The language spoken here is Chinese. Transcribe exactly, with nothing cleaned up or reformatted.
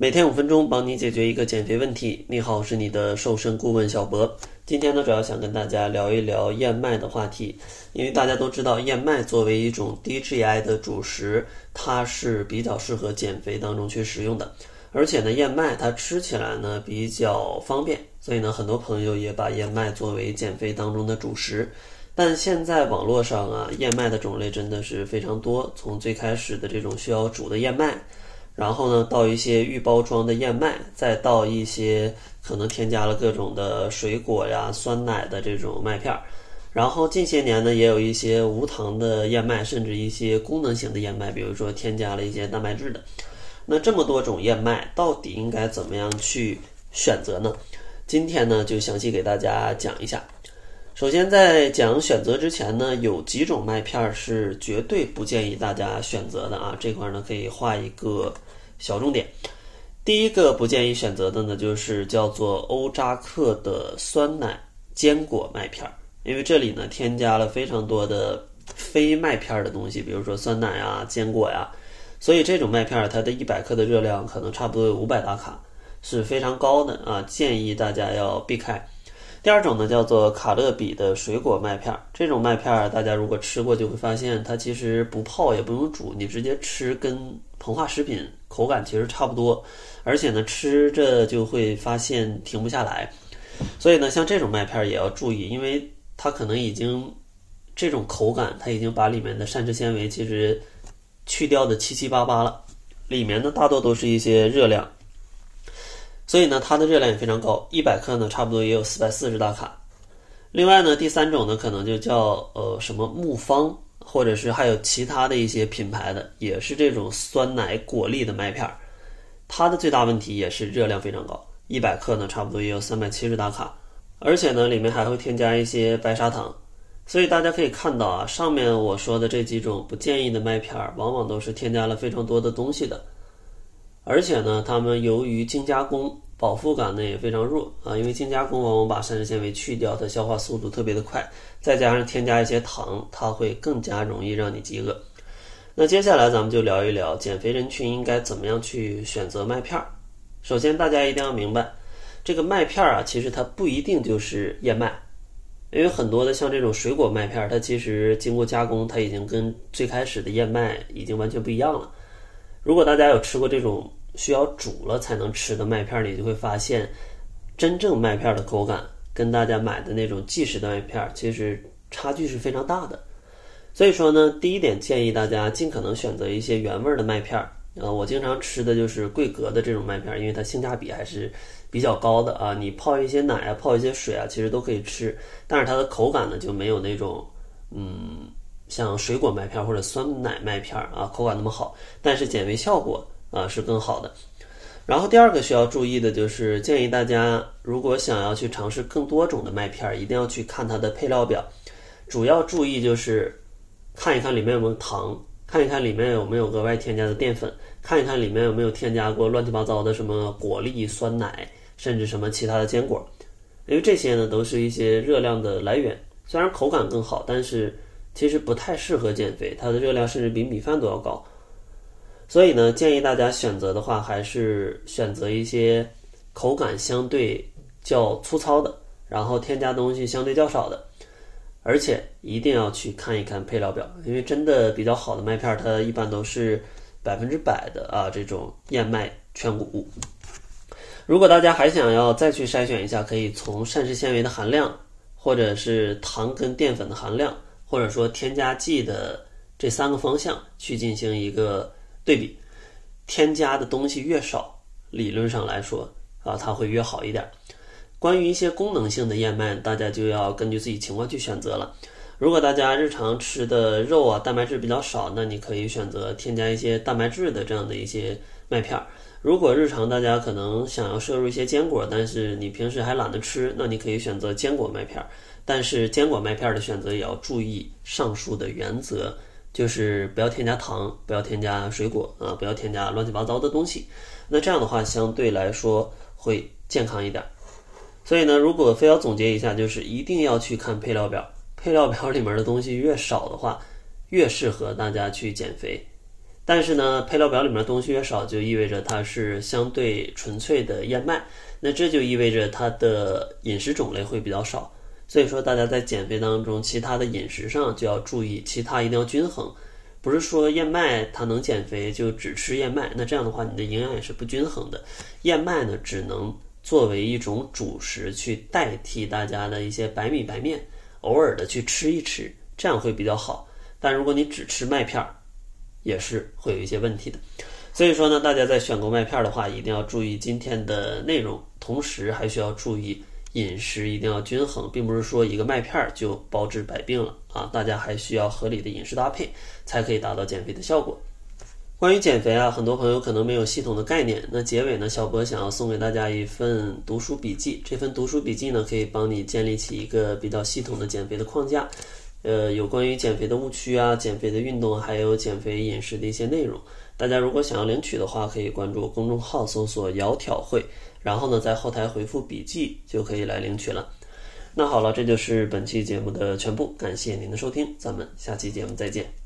每天五分钟，帮你解决一个减肥问题。你好，我是你的瘦身顾问小博。今天呢，主要想跟大家聊一聊燕麦的话题。因为大家都知道，燕麦作为一种低 G I 的主食，它是比较适合减肥当中去食用的。而且呢，燕麦它吃起来呢比较方便，所以呢，很多朋友也把燕麦作为减肥当中的主食。但现在网络上啊，燕麦的种类真的是非常多，从最开始的这种需要煮的燕麦，然后呢，到一些预包装的燕麦，再到一些可能添加了各种的水果呀、酸奶的这种麦片。然后近些年呢，也有一些无糖的燕麦，甚至一些功能型的燕麦，比如说添加了一些蛋白质的。那这么多种燕麦，到底应该怎么样去选择呢？今天呢，就详细给大家讲一下。首先在讲选择之前呢，有几种麦片是绝对不建议大家选择的啊，这块呢可以画一个小重点。第一个不建议选择的呢，就是叫做欧扎克的酸奶坚果麦片，因为这里呢添加了非常多的非麦片的东西，比如说酸奶啊、坚果呀，所以这种麦片它的一百克的热量可能差不多有五百大卡，是非常高的啊，建议大家要避开。第二种呢，叫做卡乐比的水果麦片，这种麦片大家如果吃过就会发现，它其实不泡也不用煮，你直接吃跟膨化食品口感其实差不多，而且呢吃着就会发现停不下来。所以呢，像这种麦片也要注意，因为它可能已经这种口感，它已经把里面的膳食纤维其实去掉的七七八八了，里面呢大多都是一些热量。所以呢，它的热量也非常高，一百克呢差不多也有四百四十大卡。另外呢，第三种呢可能就叫呃什么木方，或者是还有其他的一些品牌的，也是这种酸奶果粒的麦片，它的最大问题也是热量非常高，一百克呢差不多也有三百七十大卡，而且呢里面还会添加一些白砂糖。所以大家可以看到啊，上面我说的这几种不建议的麦片往往都是添加了非常多的东西的。而且呢，它们由于精加工，饱腹感呢也非常弱啊，因为精加工往往把膳食纤维去掉，它消化速度特别的快，再加上添加一些糖，它会更加容易让你饥饿。那接下来咱们就聊一聊减肥人群应该怎么样去选择麦片。首先大家一定要明白，这个麦片啊，其实它不一定就是燕麦，因为很多的像这种水果麦片，它其实经过加工，它已经跟最开始的燕麦已经完全不一样了。如果大家有吃过这种需要煮了才能吃的麦片，你就会发现真正麦片的口感跟大家买的那种即食的麦片其实差距是非常大的。所以说呢，第一点建议大家尽可能选择一些原味的麦片。呃，我经常吃的就是桂格的这种麦片，因为它性价比还是比较高的啊。你泡一些奶啊，泡一些水啊，其实都可以吃，但是它的口感呢就没有那种嗯像水果麦片或者酸奶麦片啊口感那么好，但是减肥效果啊是更好的。然后第二个需要注意的就是建议大家如果想要去尝试更多种的麦片，一定要去看它的配料表，主要注意就是看一看里面有没有糖，看一看里面有没有额外添加的淀粉，看一看里面有没有添加过乱七八糟的什么果粒、酸奶，甚至什么其他的坚果，因为这些呢都是一些热量的来源，虽然口感更好，但是其实不太适合减肥，它的热量甚至比米饭都要高。所以呢，建议大家选择的话，还是选择一些口感相对较粗糙的，然后添加东西相对较少的，而且一定要去看一看配料表，因为真的比较好的麦片，它一般都是百分之百的啊这种燕麦全谷物。如果大家还想要再去筛选一下，可以从膳食纤维的含量，或者是糖跟淀粉的含量，或者说添加剂的这三个方向去进行一个对比。添加的东西越少，理论上来说啊，它会越好一点。关于一些功能性的燕麦，大家就要根据自己情况去选择了。如果大家日常吃的肉啊蛋白质比较少，那你可以选择添加一些蛋白质的这样的一些麦片。如果日常大家可能想要摄入一些坚果，但是你平时还懒得吃，那你可以选择坚果麦片。但是坚果麦片的选择也要注意上述的原则，就是不要添加糖，不要添加水果啊，不要添加乱七八糟的东西。那这样的话相对来说会健康一点。所以呢，如果非要总结一下，就是一定要去看配料表，配料表里面的东西越少的话，越适合大家去减肥。 但是呢，配料表里面的东西越少，就意味着它是相对纯粹的燕麦，那这就意味着它的饮食种类会比较少。所以说大家在减肥当中，其他的饮食上就要注意，其他一定要均衡。不是说燕麦它能减肥就只吃燕麦，那这样的话你的营养也是不均衡的。燕麦呢，只能作为一种主食去代替大家的一些白米白面，偶尔的去吃一吃，这样会比较好。但如果你只吃麦片，也是会有一些问题的。所以说呢，大家在选购麦片的话，一定要注意今天的内容，同时还需要注意饮食一定要均衡，并不是说一个麦片就包治百病了啊！大家还需要合理的饮食搭配，才可以达到减肥的效果。关于减肥啊，很多朋友可能没有系统的概念。那结尾呢，小博想要送给大家一份读书笔记。这份读书笔记呢，可以帮你建立起一个比较系统的减肥的框架。呃，有关于减肥的误区啊、减肥的运动，还有减肥饮食的一些内容。大家如果想要领取的话，可以关注公众号搜索窈窕会，然后呢，在后台回复笔记就可以来领取了。那好了，这就是本期节目的全部，感谢您的收听，咱们下期节目再见。